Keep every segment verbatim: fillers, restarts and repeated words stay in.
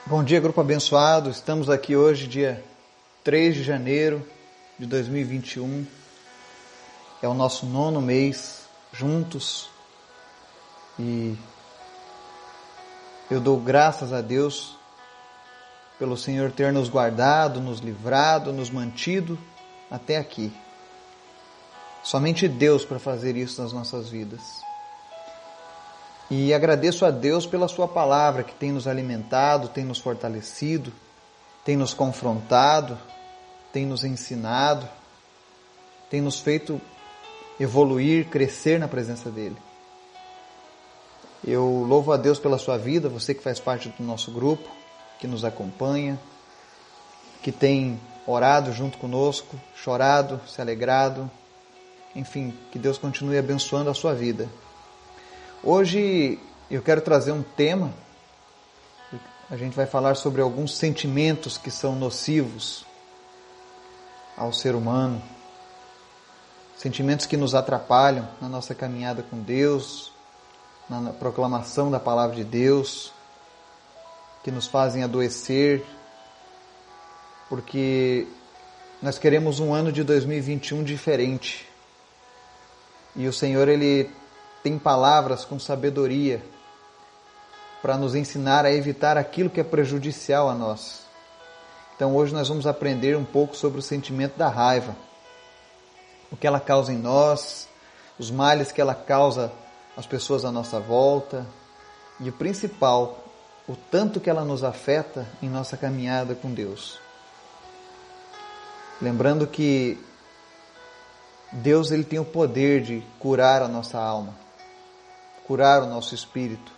Bom dia, grupo abençoado. Estamos aqui hoje, dia três de janeiro de dois mil e vinte e um. É o nosso nono mês juntos. E eu dou graças a Deus pelo Senhor ter nos guardado, nos livrado, nos mantido até aqui. Somente Deus para fazer isso nas nossas vidas. E agradeço a Deus pela sua palavra que tem nos alimentado, tem nos fortalecido, tem nos confrontado, tem nos ensinado, tem nos feito evoluir, crescer na presença dEle. Eu louvo a Deus pela sua vida, você que faz parte do nosso grupo, que nos acompanha, que tem orado junto conosco, chorado, se alegrado, enfim, que Deus continue abençoando a sua vida. Hoje eu quero trazer um tema, a gente vai falar sobre alguns sentimentos que são nocivos ao ser humano, sentimentos que nos atrapalham na nossa caminhada com Deus, na proclamação da palavra de Deus, que nos fazem adoecer, porque nós queremos um ano de dois mil e vinte e um diferente, e o Senhor, Ele tem palavras com sabedoria para nos ensinar a evitar aquilo que é prejudicial a nós. Então hoje nós vamos aprender um pouco sobre o sentimento da raiva, o que ela causa em nós, os males que ela causa às pessoas à nossa volta e o principal, o tanto que ela nos afeta em nossa caminhada com Deus. Lembrando que Deus, Ele tem o poder de curar a nossa alma, curar o nosso espírito.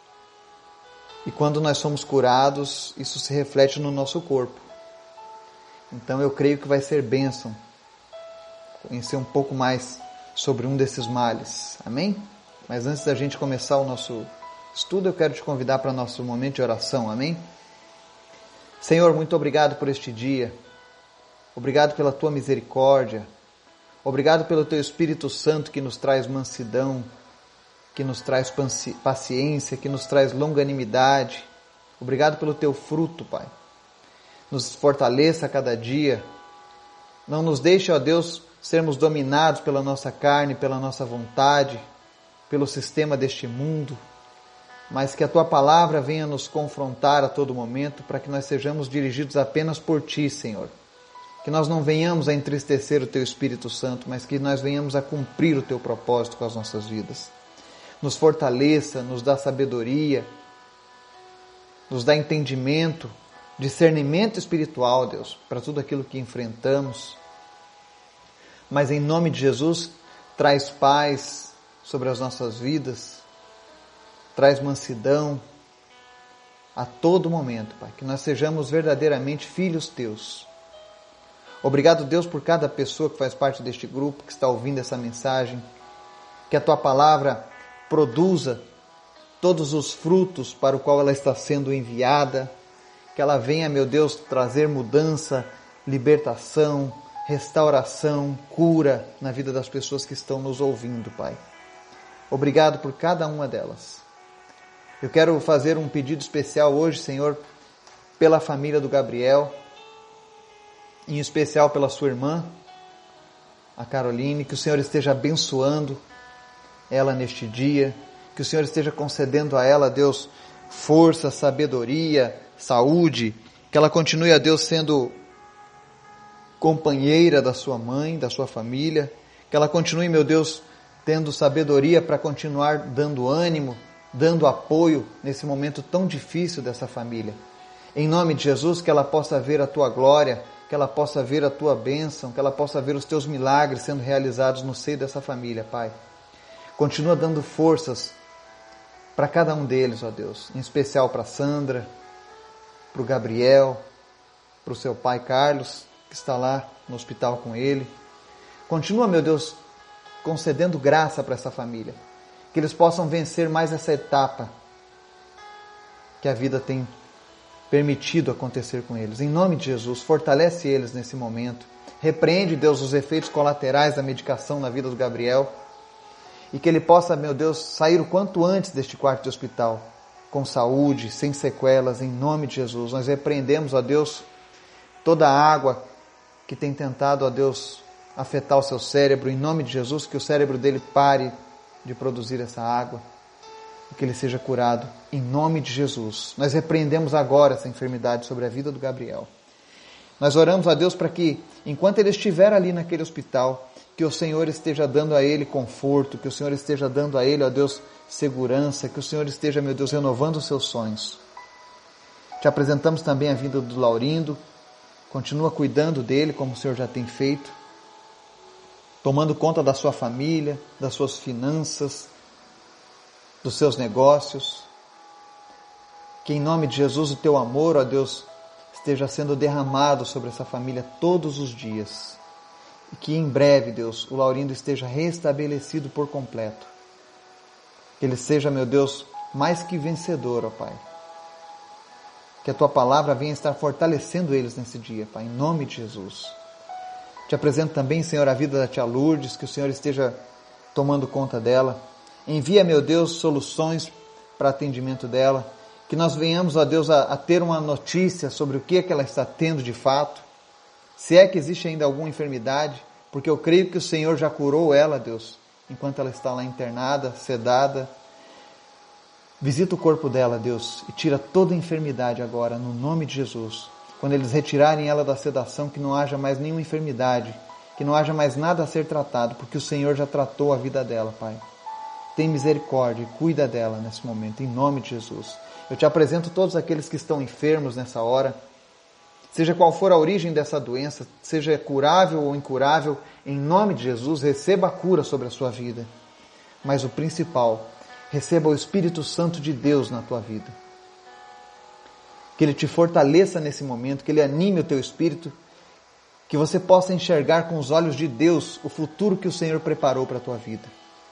E quando nós somos curados, isso se reflete no nosso corpo. Então eu creio que vai ser bênção conhecer um pouco mais sobre um desses males. Amém? Mas antes da gente começar o nosso estudo, eu quero te convidar para o nosso momento de oração. Amém? Senhor, muito obrigado por este dia. Obrigado pela Tua misericórdia. Obrigado pelo Teu Espírito Santo que nos traz mansidão, que nos traz paciência, que nos traz longanimidade. Obrigado pelo Teu fruto, Pai. Nos fortaleça a cada dia. Não nos deixe, ó Deus, sermos dominados pela nossa carne, pela nossa vontade, pelo sistema deste mundo, mas que a Tua palavra venha nos confrontar a todo momento para que nós sejamos dirigidos apenas por Ti, Senhor. Que nós não venhamos a entristecer o Teu Espírito Santo, mas que nós venhamos a cumprir o Teu propósito com as nossas vidas. Nos fortaleça, nos dá sabedoria, nos dá entendimento, discernimento espiritual, Deus, para tudo aquilo que enfrentamos. Mas em nome de Jesus, traz paz sobre as nossas vidas, traz mansidão a todo momento, Pai, que nós sejamos verdadeiramente filhos Teus. Obrigado, Deus, por cada pessoa que faz parte deste grupo, que está ouvindo essa mensagem. Que a Tua palavra produza todos os frutos para o qual ela está sendo enviada. Que ela venha, meu Deus, trazer mudança, libertação, restauração, cura na vida das pessoas que estão nos ouvindo, Pai. Obrigado por cada uma delas. Eu quero fazer um pedido especial hoje, Senhor, pela família do Gabriel, em especial pela sua irmã, a Caroline, que o Senhor esteja abençoando ela neste dia, que o Senhor esteja concedendo a ela, Deus, força, sabedoria, saúde, que ela continue, a Deus, sendo companheira da sua mãe, da sua família, que ela continue, meu Deus, tendo sabedoria para continuar dando ânimo, dando apoio nesse momento tão difícil dessa família. Em nome de Jesus, que ela possa ver a Tua glória, que ela possa ver a Tua bênção, que ela possa ver os Teus milagres sendo realizados no seio dessa família, Pai. Continua dando forças para cada um deles, ó Deus, em especial para Sandra, para o Gabriel, para o seu pai Carlos, que está lá no hospital com ele. Continua, meu Deus, concedendo graça para essa família, que eles possam vencer mais essa etapa que a vida tem permitido acontecer com eles. Em nome de Jesus, fortalece eles nesse momento. Repreende, Deus, os efeitos colaterais da medicação na vida do Gabriel e que ele possa, meu Deus, sair o quanto antes deste quarto de hospital, com saúde, sem sequelas, em nome de Jesus. Nós repreendemos, ó Deus, toda a água que tem tentado, ó Deus, afetar o seu cérebro, em nome de Jesus, que o cérebro dele pare de produzir essa água, e que ele seja curado, em nome de Jesus. Nós repreendemos agora essa enfermidade sobre a vida do Gabriel. Nós oramos a Deus para que, enquanto ele estiver ali naquele hospital, que o Senhor esteja dando a ele conforto, que o Senhor esteja dando a ele, ó Deus, segurança, que o Senhor esteja, meu Deus, renovando os seus sonhos. Te apresentamos também a vida do Laurindo, continua cuidando dele, como o Senhor já tem feito, tomando conta da sua família, das suas finanças, dos seus negócios. Que em nome de Jesus o teu amor, ó Deus, esteja sendo derramado sobre essa família todos os dias. E que em breve, Deus, o Laurindo esteja restabelecido por completo. Que ele seja, meu Deus, mais que vencedor, ó Pai. Que a tua palavra venha estar fortalecendo eles nesse dia, Pai, em nome de Jesus. Te apresento também, Senhor, a vida da tia Lourdes, que o Senhor esteja tomando conta dela. Envia, meu Deus, soluções para atendimento dela. Que nós venhamos, ó Deus, a, a ter uma notícia sobre o que é que ela está tendo de fato. Se é que existe ainda alguma enfermidade, porque eu creio que o Senhor já curou ela, Deus, enquanto ela está lá internada, sedada. Visita o corpo dela, Deus, e tira toda a enfermidade agora, no nome de Jesus. Quando eles retirarem ela da sedação, que não haja mais nenhuma enfermidade, que não haja mais nada a ser tratado, porque o Senhor já tratou a vida dela, Pai. Tem misericórdia e cuida dela nesse momento, em nome de Jesus. Eu te apresento todos aqueles que estão enfermos nessa hora. Seja qual for a origem dessa doença, seja curável ou incurável, em nome de Jesus, receba a cura sobre a sua vida. Mas o principal, receba o Espírito Santo de Deus na tua vida. Que Ele te fortaleça nesse momento, que Ele anime o teu espírito, que você possa enxergar com os olhos de Deus o futuro que o Senhor preparou para a tua vida.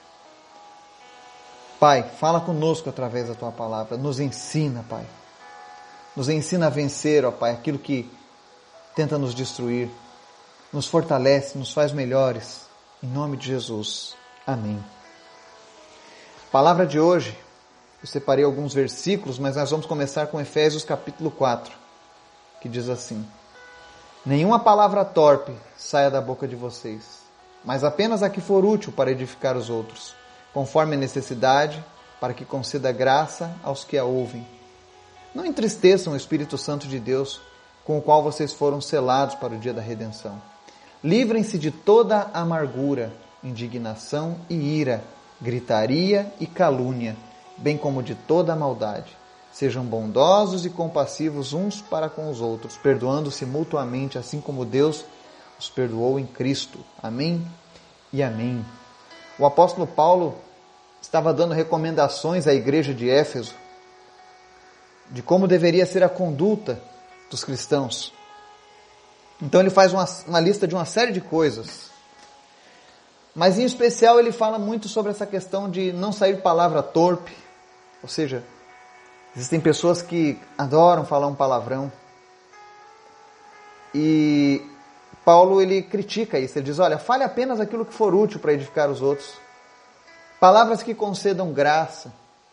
Pai, fala conosco através da tua palavra, nos ensina, Pai. Nos ensina a vencer, ó Pai, aquilo que tenta nos destruir. Nos fortalece, nos faz melhores. Em nome de Jesus. Amém. Palavra de hoje, eu separei alguns versículos, mas nós vamos começar com Efésios capítulo quatro, que diz assim: nenhuma palavra torpe saia da boca de vocês, mas apenas a que for útil para edificar os outros, conforme a necessidade, para que conceda graça aos que a ouvem. Não entristeçam o Espírito Santo de Deus, com o qual vocês foram selados para o dia da redenção. Livrem-se de toda amargura, indignação e ira, gritaria e calúnia, bem como de toda a maldade. Sejam bondosos e compassivos uns para com os outros, perdoando-se mutuamente, assim como Deus os perdoou em Cristo. Amém e amém. O apóstolo Paulo estava dando recomendações à igreja de Éfeso de como deveria ser a conduta dos cristãos. Então ele faz uma, uma lista de uma série de coisas. Mas em especial ele fala muito sobre essa questão de não sair palavra torpe. Ou seja, existem pessoas que adoram falar um palavrão. E Paulo ele critica isso. Ele diz, olha, fale apenas aquilo que for útil para edificar os outros. Palavras que concedam graça.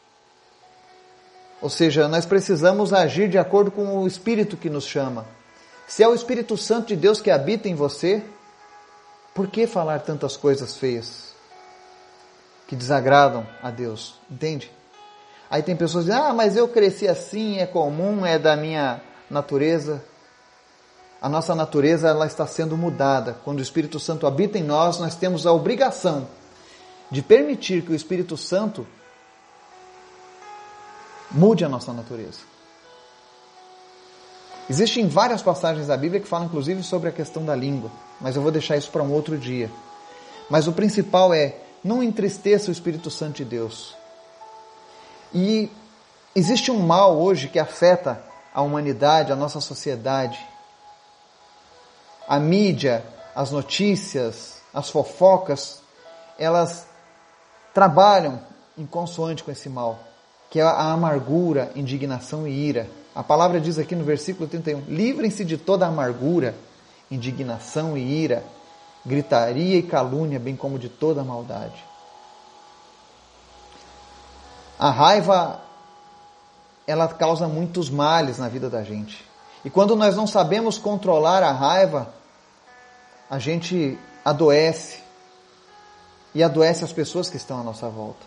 Ou seja, nós precisamos agir de acordo com o Espírito que nos chama. Se é o Espírito Santo de Deus que habita em você, por que falar tantas coisas feias que desagradam a Deus? Entende? Aí tem pessoas que dizem, ah, mas eu cresci assim, é comum, é da minha natureza. A nossa natureza ela está sendo mudada. Quando o Espírito Santo habita em nós, nós temos a obrigação de permitir que o Espírito Santo mude a nossa natureza. Existem várias passagens da Bíblia que falam inclusive sobre a questão da língua, mas eu vou deixar isso para um outro dia. Mas o principal é, não entristeça o Espírito Santo de Deus. E existe um mal hoje que afeta a humanidade, a nossa sociedade. A mídia, as notícias, as fofocas, elas trabalham em consoante com esse mal, que é a amargura, indignação e ira. A palavra diz aqui no versículo trinta e um, livrem-se de toda amargura, indignação e ira, gritaria e calúnia, bem como de toda maldade. A raiva ela causa muitos males na vida da gente. E quando nós não sabemos controlar a raiva, a gente adoece. E adoece as pessoas que estão à nossa volta.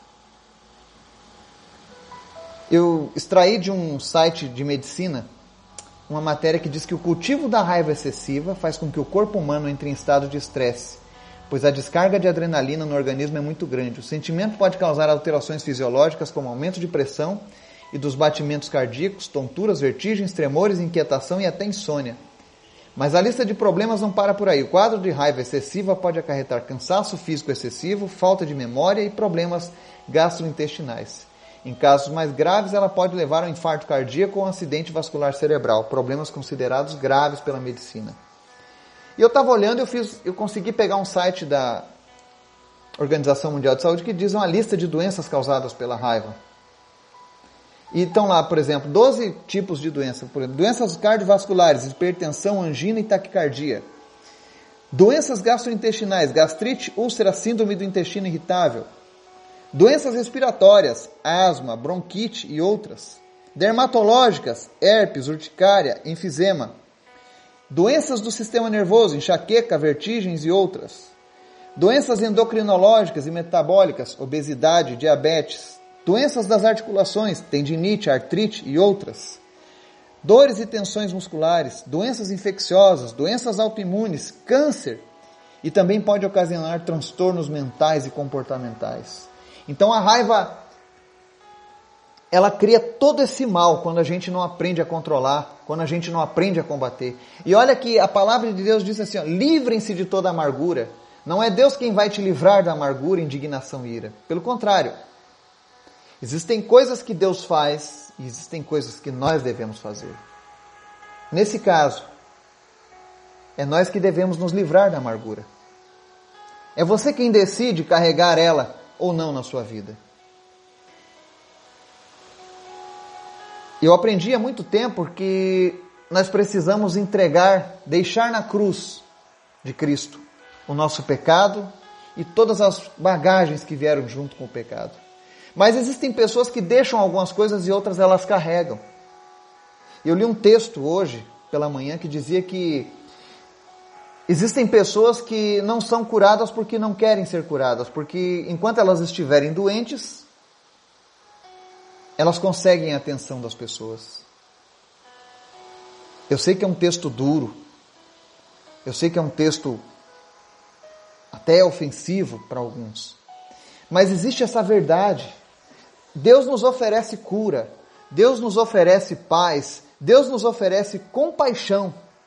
Eu extraí de um site de medicina uma matéria que diz que o cultivo da raiva excessiva faz com que o corpo humano entre em estado de estresse, pois a descarga de adrenalina no organismo é muito grande. O sentimento pode causar alterações fisiológicas como aumento de pressão e dos batimentos cardíacos, tonturas, vertigens, tremores, inquietação e até insônia. Mas a lista de problemas não para por aí. O quadro de raiva excessiva pode acarretar cansaço físico excessivo, falta de memória e problemas gastrointestinais. Em casos mais graves, ela pode levar a um infarto cardíaco ou um acidente vascular cerebral, problemas considerados graves pela medicina. E eu estava olhando, eu, fiz, eu consegui pegar um site da Organização Mundial de Saúde que diz uma lista de doenças causadas pela raiva. E estão lá, por exemplo, doze tipos de doenças. Por exemplo, doenças cardiovasculares, hipertensão, angina e taquicardia. Doenças gastrointestinais, gastrite, úlcera, síndrome do intestino irritável. Doenças respiratórias, asma, bronquite e outras. Dermatológicas, herpes, urticária, enfisema. Doenças do sistema nervoso, enxaqueca, vertigens e outras. Doenças endocrinológicas e metabólicas, obesidade, diabetes. Doenças das articulações, tendinite, artrite e outras. Dores e tensões musculares, doenças infecciosas, doenças autoimunes, câncer. E também pode ocasionar transtornos mentais e comportamentais. Então a raiva, ela cria todo esse mal quando a gente não aprende a controlar, quando a gente não aprende a combater. E olha que a palavra de Deus diz assim, ó, livrem-se de toda amargura. Não é Deus quem vai te livrar da amargura, indignação e ira. Pelo contrário, existem coisas que Deus faz e existem coisas que nós devemos fazer. Nesse caso, é nós que devemos nos livrar da amargura. É você quem decide carregar ela ou não na sua vida. Eu aprendi há muito tempo que nós precisamos entregar, deixar na cruz de Cristo o nosso pecado e todas as bagagens que vieram junto com o pecado. Mas existem pessoas que deixam algumas coisas e outras elas carregam. Eu li um texto hoje, pela manhã, que dizia que existem pessoas que não são curadas porque não querem ser curadas, porque enquanto elas estiverem doentes, elas conseguem a atenção das pessoas. Eu sei que é um texto duro, eu sei que é um texto até ofensivo para alguns, mas existe essa verdade. Deus nos oferece cura, Deus nos oferece paz, Deus nos oferece compaixão.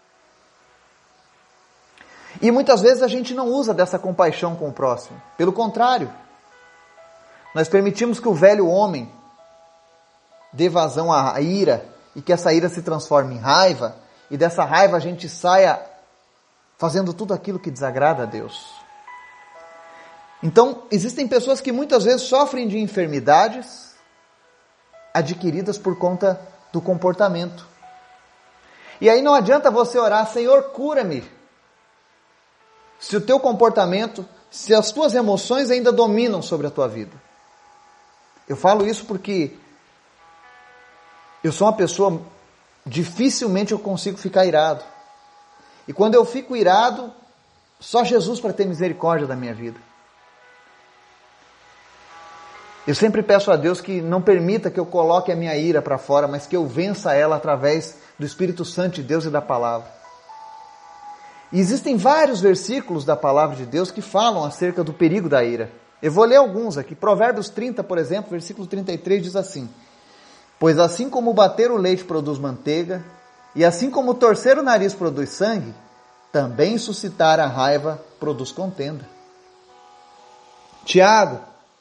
E muitas vezes a gente não usa dessa compaixão com o próximo. Pelo contrário, nós permitimos que o velho homem dê vazão à ira e que essa ira se transforme em raiva e dessa raiva a gente saia fazendo tudo aquilo que desagrada a Deus. Então, existem pessoas que muitas vezes sofrem de enfermidades adquiridas por conta do comportamento. E aí não adianta você orar, Senhor, cura-me. Se o teu comportamento, se as tuas emoções ainda dominam sobre a tua vida. Eu falo isso porque eu sou uma pessoa, dificilmente eu consigo ficar irado. E quando eu fico irado, só Jesus para ter misericórdia da minha vida. Eu sempre peço a Deus que não permita que eu coloque a minha ira para fora, mas que eu vença ela através do Espírito Santo de Deus e da palavra. E existem vários versículos da palavra de Deus que falam acerca do perigo da ira. Eu vou ler alguns aqui. Provérbios trinta, por exemplo, versículo trinta e três diz assim: pois assim como bater o leite produz manteiga, e assim como torcer o nariz produz sangue, também suscitar a raiva produz contenda. Tiago,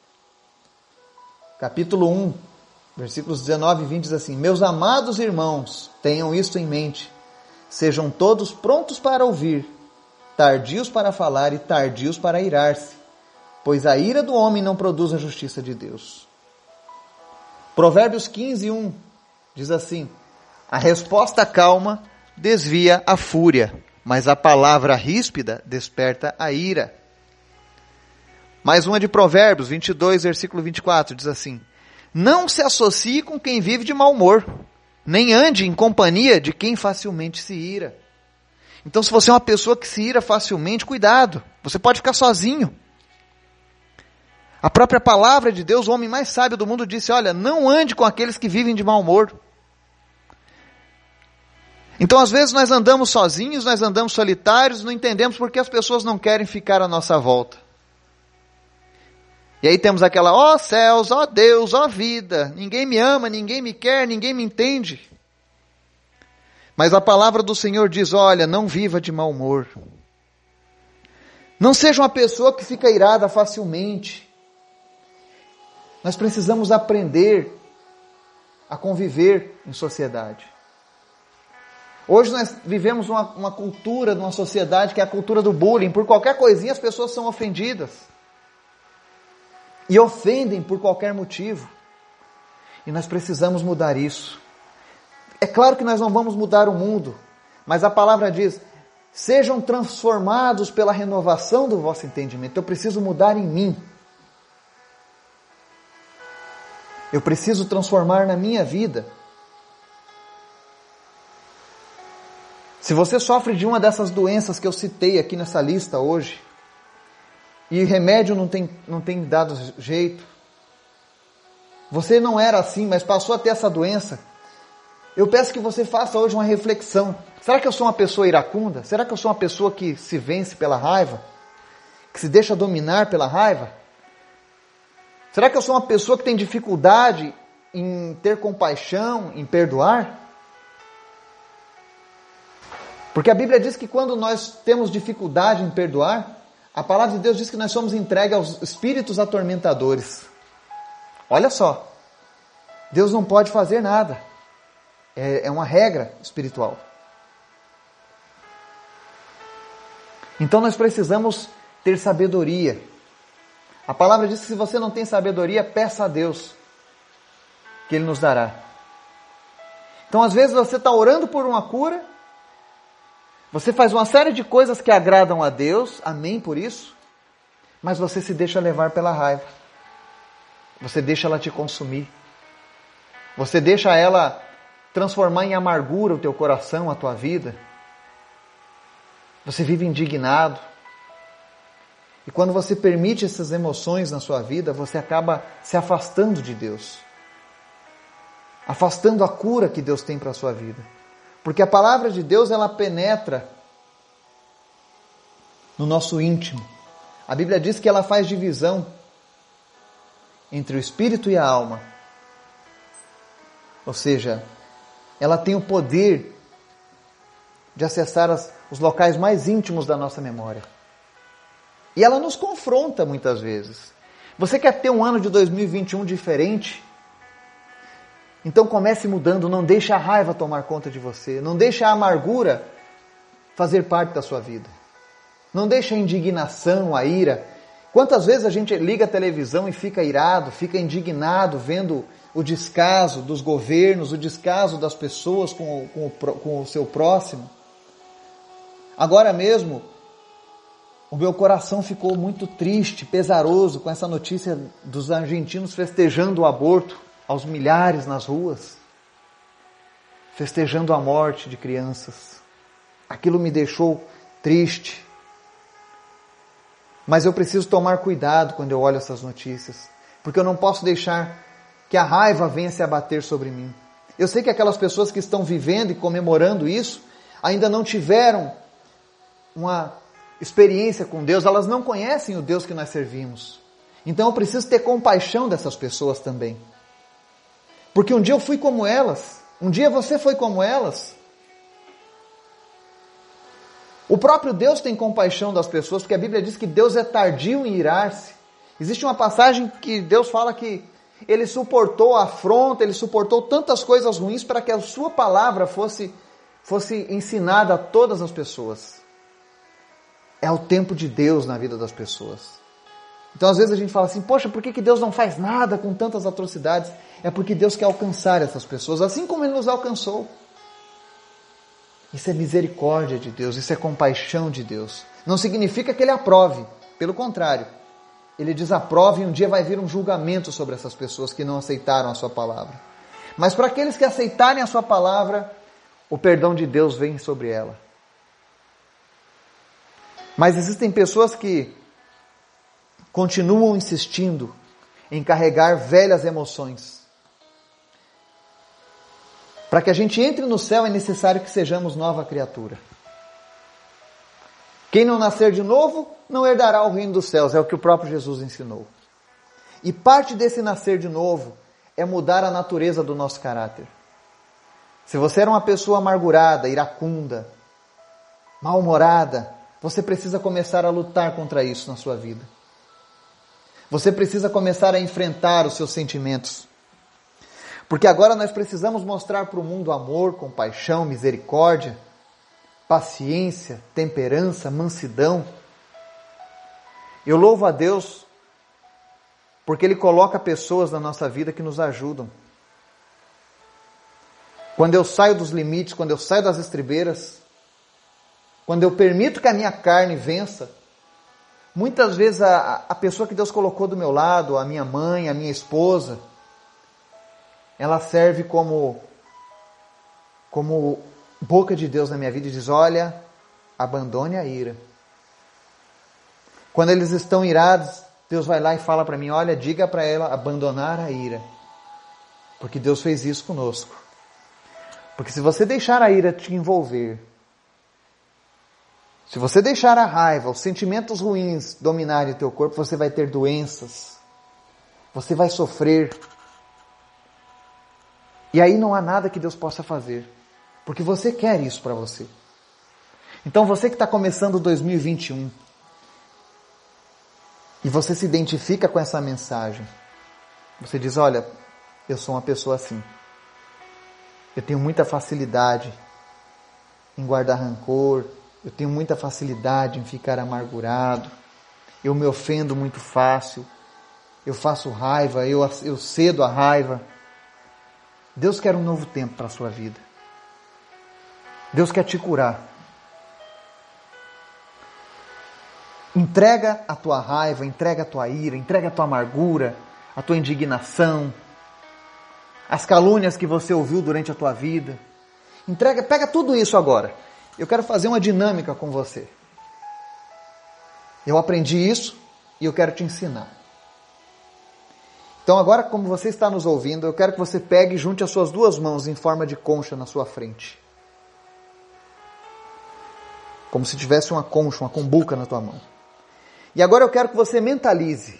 capítulo um, versículos dezenove e vinte diz assim: meus amados irmãos, tenham isto em mente, sejam todos prontos para ouvir, tardios para falar e tardios para irar-se, pois a ira do homem não produz a justiça de Deus. Provérbios quinze, um diz assim: a resposta calma desvia a fúria, mas a palavra ríspida desperta a ira. Mais uma de Provérbios vinte e dois, versículo vinte e quatro, diz assim: Não se associe com quem vive de mau humor, nem ande em companhia de quem facilmente se ira. Então, se você é uma pessoa que se ira facilmente, cuidado, você pode ficar sozinho. A própria palavra de Deus, o homem mais sábio do mundo, disse, olha, não ande com aqueles que vivem de mau humor. Então, às vezes, nós andamos sozinhos, nós andamos solitários, não entendemos porque as pessoas não querem ficar à nossa volta. E aí temos aquela, ó oh, céus, ó oh, Deus, ó oh, vida, ninguém me ama, ninguém me quer, ninguém me entende. Mas a palavra do Senhor diz, olha, não viva de mau humor. Não seja uma pessoa que fica irada facilmente. Nós precisamos aprender a conviver em sociedade. Hoje nós vivemos uma, uma cultura, numa sociedade que é a cultura do bullying. Por qualquer coisinha as pessoas são ofendidas. E ofendem por qualquer motivo. E nós precisamos mudar isso. É claro que nós não vamos mudar o mundo, mas a palavra diz, sejam transformados pela renovação do vosso entendimento. Eu preciso mudar em mim. Eu preciso transformar na minha vida. Se você sofre de uma dessas doenças que eu citei aqui nessa lista hoje, e remédio não tem, não tem dado jeito, você não era assim, mas passou a ter essa doença, eu peço que você faça hoje uma reflexão. Será que eu sou uma pessoa iracunda? Será que eu sou uma pessoa que se vence pela raiva? Que se deixa dominar pela raiva? Será que eu sou uma pessoa que tem dificuldade em ter compaixão, em perdoar? Porque a Bíblia diz que quando nós temos dificuldade em perdoar, a palavra de Deus diz que nós somos entregues aos espíritos atormentadores. Olha só, Deus não pode fazer nada. É, é uma regra espiritual. Então nós precisamos ter sabedoria. A palavra diz que se você não tem sabedoria, peça a Deus, que Ele nos dará. Então às vezes você está orando por uma cura, você faz uma série de coisas que agradam a Deus, amém por isso, mas você se deixa levar pela raiva. Você deixa ela te consumir. Você deixa ela transformar em amargura o teu coração, a tua vida. Você vive indignado. E quando você permite essas emoções na sua vida, você acaba se afastando de Deus. Afastando a cura que Deus tem para a sua vida. Porque a palavra de Deus, ela penetra no nosso íntimo. A Bíblia diz que ela faz divisão entre o espírito e a alma. Ou seja, ela tem o poder de acessar as, os locais mais íntimos da nossa memória. E ela nos confronta muitas vezes. Você quer ter um ano de dois mil e vinte e um diferente? Então comece mudando, não deixe a raiva tomar conta de você, não deixe a amargura fazer parte da sua vida. Não deixe a indignação, a ira. Quantas vezes a gente liga a televisão e fica irado, fica indignado vendo o descaso dos governos, o descaso das pessoas com o, com o, com o seu próximo? Agora mesmo, o meu coração ficou muito triste, pesaroso com essa notícia dos argentinos festejando o aborto aos milhares nas ruas, festejando a morte de crianças. Aquilo me deixou triste. Mas eu preciso tomar cuidado quando eu olho essas notícias, porque eu não posso deixar que a raiva venha se abater sobre mim. Eu sei que aquelas pessoas que estão vivendo e comemorando isso, ainda não tiveram uma experiência com Deus, elas não conhecem o Deus que nós servimos. Então eu preciso ter compaixão dessas pessoas também. Porque um dia eu fui como elas, um dia você foi como elas. O próprio Deus tem compaixão das pessoas, porque a Bíblia diz que Deus é tardio em irar-se. Existe uma passagem que Deus fala que Ele suportou a afronta, Ele suportou tantas coisas ruins para que a sua palavra fosse, fosse ensinada a todas as pessoas. É o tempo de Deus na vida das pessoas. Então às vezes a gente fala assim, poxa, por que que Deus não faz nada com tantas atrocidades? É porque Deus quer alcançar essas pessoas, assim como Ele nos alcançou. Isso é misericórdia de Deus, isso é compaixão de Deus. Não significa que Ele aprove, pelo contrário. Ele desaprova e um dia vai vir um julgamento sobre essas pessoas que não aceitaram a sua palavra. Mas para aqueles que aceitarem a sua palavra, o perdão de Deus vem sobre ela. Mas existem pessoas que continuam insistindo em carregar velhas emoções. Para que a gente entre no céu é necessário que sejamos nova criatura. Quem não nascer de novo não herdará o reino dos céus, é o que o próprio Jesus ensinou. E parte desse nascer de novo é mudar a natureza do nosso caráter. Se você era uma pessoa amargurada, iracunda, mal-humorada, você precisa começar a lutar contra isso na sua vida. Você precisa começar a enfrentar os seus sentimentos. Porque agora nós precisamos mostrar para o mundo amor, compaixão, misericórdia, paciência, temperança, mansidão. Eu louvo a Deus porque Ele coloca pessoas na nossa vida que nos ajudam. Quando eu saio dos limites, quando eu saio das estribeiras, quando eu permito que a minha carne vença, muitas vezes a, a pessoa que Deus colocou do meu lado, a minha mãe, a minha esposa, ela serve como, como boca de Deus na minha vida e diz, olha, abandone a ira. Quando eles estão irados, Deus vai lá e fala para mim, olha, diga para ela abandonar a ira. Porque Deus fez isso conosco. Porque se você deixar a ira te envolver, se você deixar a raiva, os sentimentos ruins dominarem o teu corpo, você vai ter doenças. Você vai sofrer. E aí não há nada que Deus possa fazer. Porque você quer isso para você. Então você que está começando dois mil e vinte e um, e você se identifica com essa mensagem, você diz, olha, eu sou uma pessoa assim. Eu tenho muita facilidade em guardar rancor, eu tenho muita facilidade em ficar amargurado, eu me ofendo muito fácil, eu faço raiva, eu, eu cedo a raiva. Deus quer um novo tempo para a sua vida. Deus quer te curar. Entrega a tua raiva, entrega a tua ira, entrega a tua amargura, a tua indignação, as calúnias que você ouviu durante a tua vida. Entrega, pega tudo isso agora. Eu quero fazer uma dinâmica com você. Eu aprendi isso e eu quero te ensinar. Então agora, como você está nos ouvindo, eu quero que você pegue e junte as suas duas mãos em forma de concha na sua frente. Como se tivesse uma concha, uma cumbuca na tua mão. E agora eu quero que você mentalize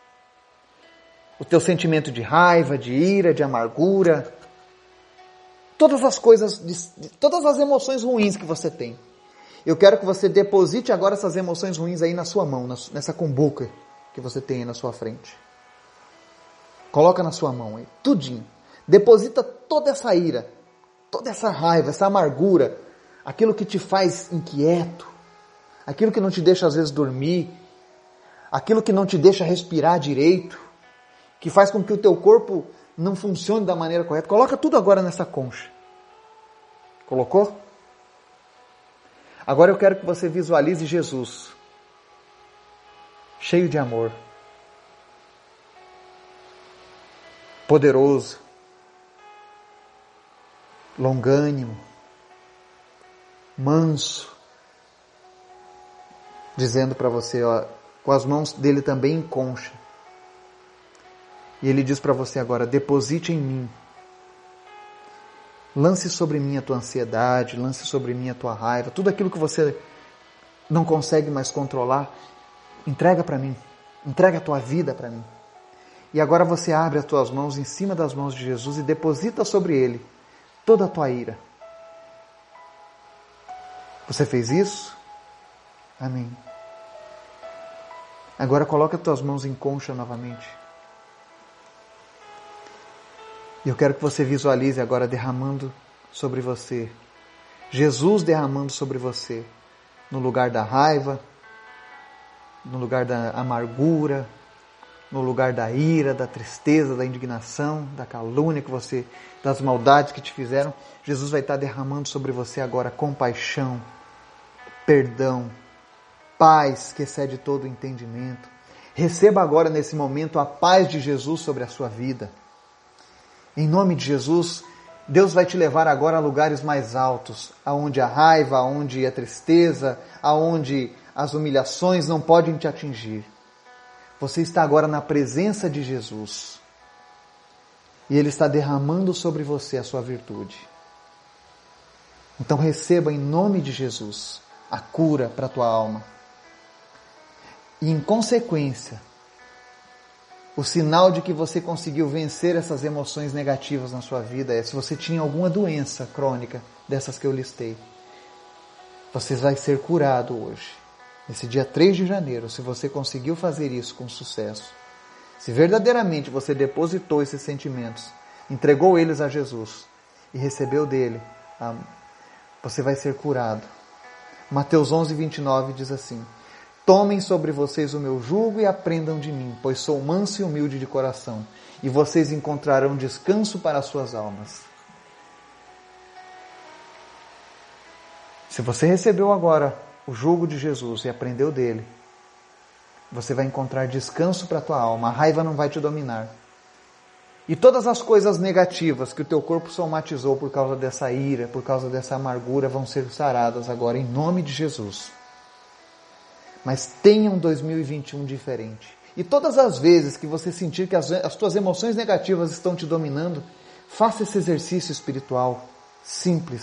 o teu sentimento de raiva, de ira, de amargura, todas as coisas, de, todas as emoções ruins que você tem. Eu quero que você deposite agora essas emoções ruins aí na sua mão, nessa cumbuca que você tem aí na sua frente. Coloca na sua mão aí, tudinho. Deposita toda essa ira, toda essa raiva, essa amargura, aquilo que te faz inquieto, aquilo que não te deixa às vezes dormir, aquilo que não te deixa respirar direito, que faz com que o teu corpo não funcione da maneira correta. Coloca tudo agora nessa concha. Colocou? Agora eu quero que você visualize Jesus, cheio de amor, poderoso, longânimo, manso, dizendo para você, ó, com as mãos dele também em concha. E ele diz para você agora, deposite em mim. Lance sobre mim a tua ansiedade, lance sobre mim a tua raiva, tudo aquilo que você não consegue mais controlar, entrega para mim. Entrega a tua vida para mim. E agora você abre as tuas mãos em cima das mãos de Jesus e deposita sobre ele toda a tua ira. Você fez isso? Amém. Agora coloca as tuas mãos em concha novamente. E eu quero que você visualize agora derramando sobre você. Jesus derramando sobre você. No lugar da raiva, no lugar da amargura, no lugar da ira, da tristeza, da indignação, da calúnia que você, das maldades que te fizeram. Jesus vai estar derramando sobre você agora compaixão, perdão, paz que excede todo o entendimento. Receba agora, nesse momento, a paz de Jesus sobre a sua vida. Em nome de Jesus, Deus vai te levar agora a lugares mais altos, aonde a raiva, aonde a tristeza, aonde as humilhações não podem te atingir. Você está agora na presença de Jesus. E Ele está derramando sobre você a sua virtude. Então receba em nome de Jesus a cura para a tua alma. E em consequência, o sinal de que você conseguiu vencer essas emoções negativas na sua vida é se você tinha alguma doença crônica dessas que eu listei. Você vai ser curado hoje. Nesse dia três de janeiro, se você conseguiu fazer isso com sucesso, se verdadeiramente você depositou esses sentimentos, entregou eles a Jesus e recebeu dele, você vai ser curado. Mateus onze, vinte e nove diz assim: tomem sobre vocês o meu jugo e aprendam de mim, pois sou manso e humilde de coração, e vocês encontrarão descanso para as suas almas. Se você recebeu agora o jugo de Jesus e aprendeu dele, você vai encontrar descanso para a tua alma, a raiva não vai te dominar. E todas as coisas negativas que o teu corpo somatizou por causa dessa ira, por causa dessa amargura, vão ser saradas agora em nome de Jesus. Mas tenha um dois mil e vinte e um diferente. E todas as vezes que você sentir que as, as tuas emoções negativas estão te dominando, faça esse exercício espiritual simples.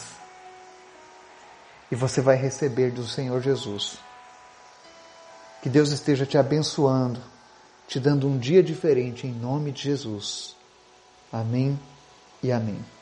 E você vai receber do Senhor Jesus. Que Deus esteja te abençoando, te dando um dia diferente em nome de Jesus. Amém e amém.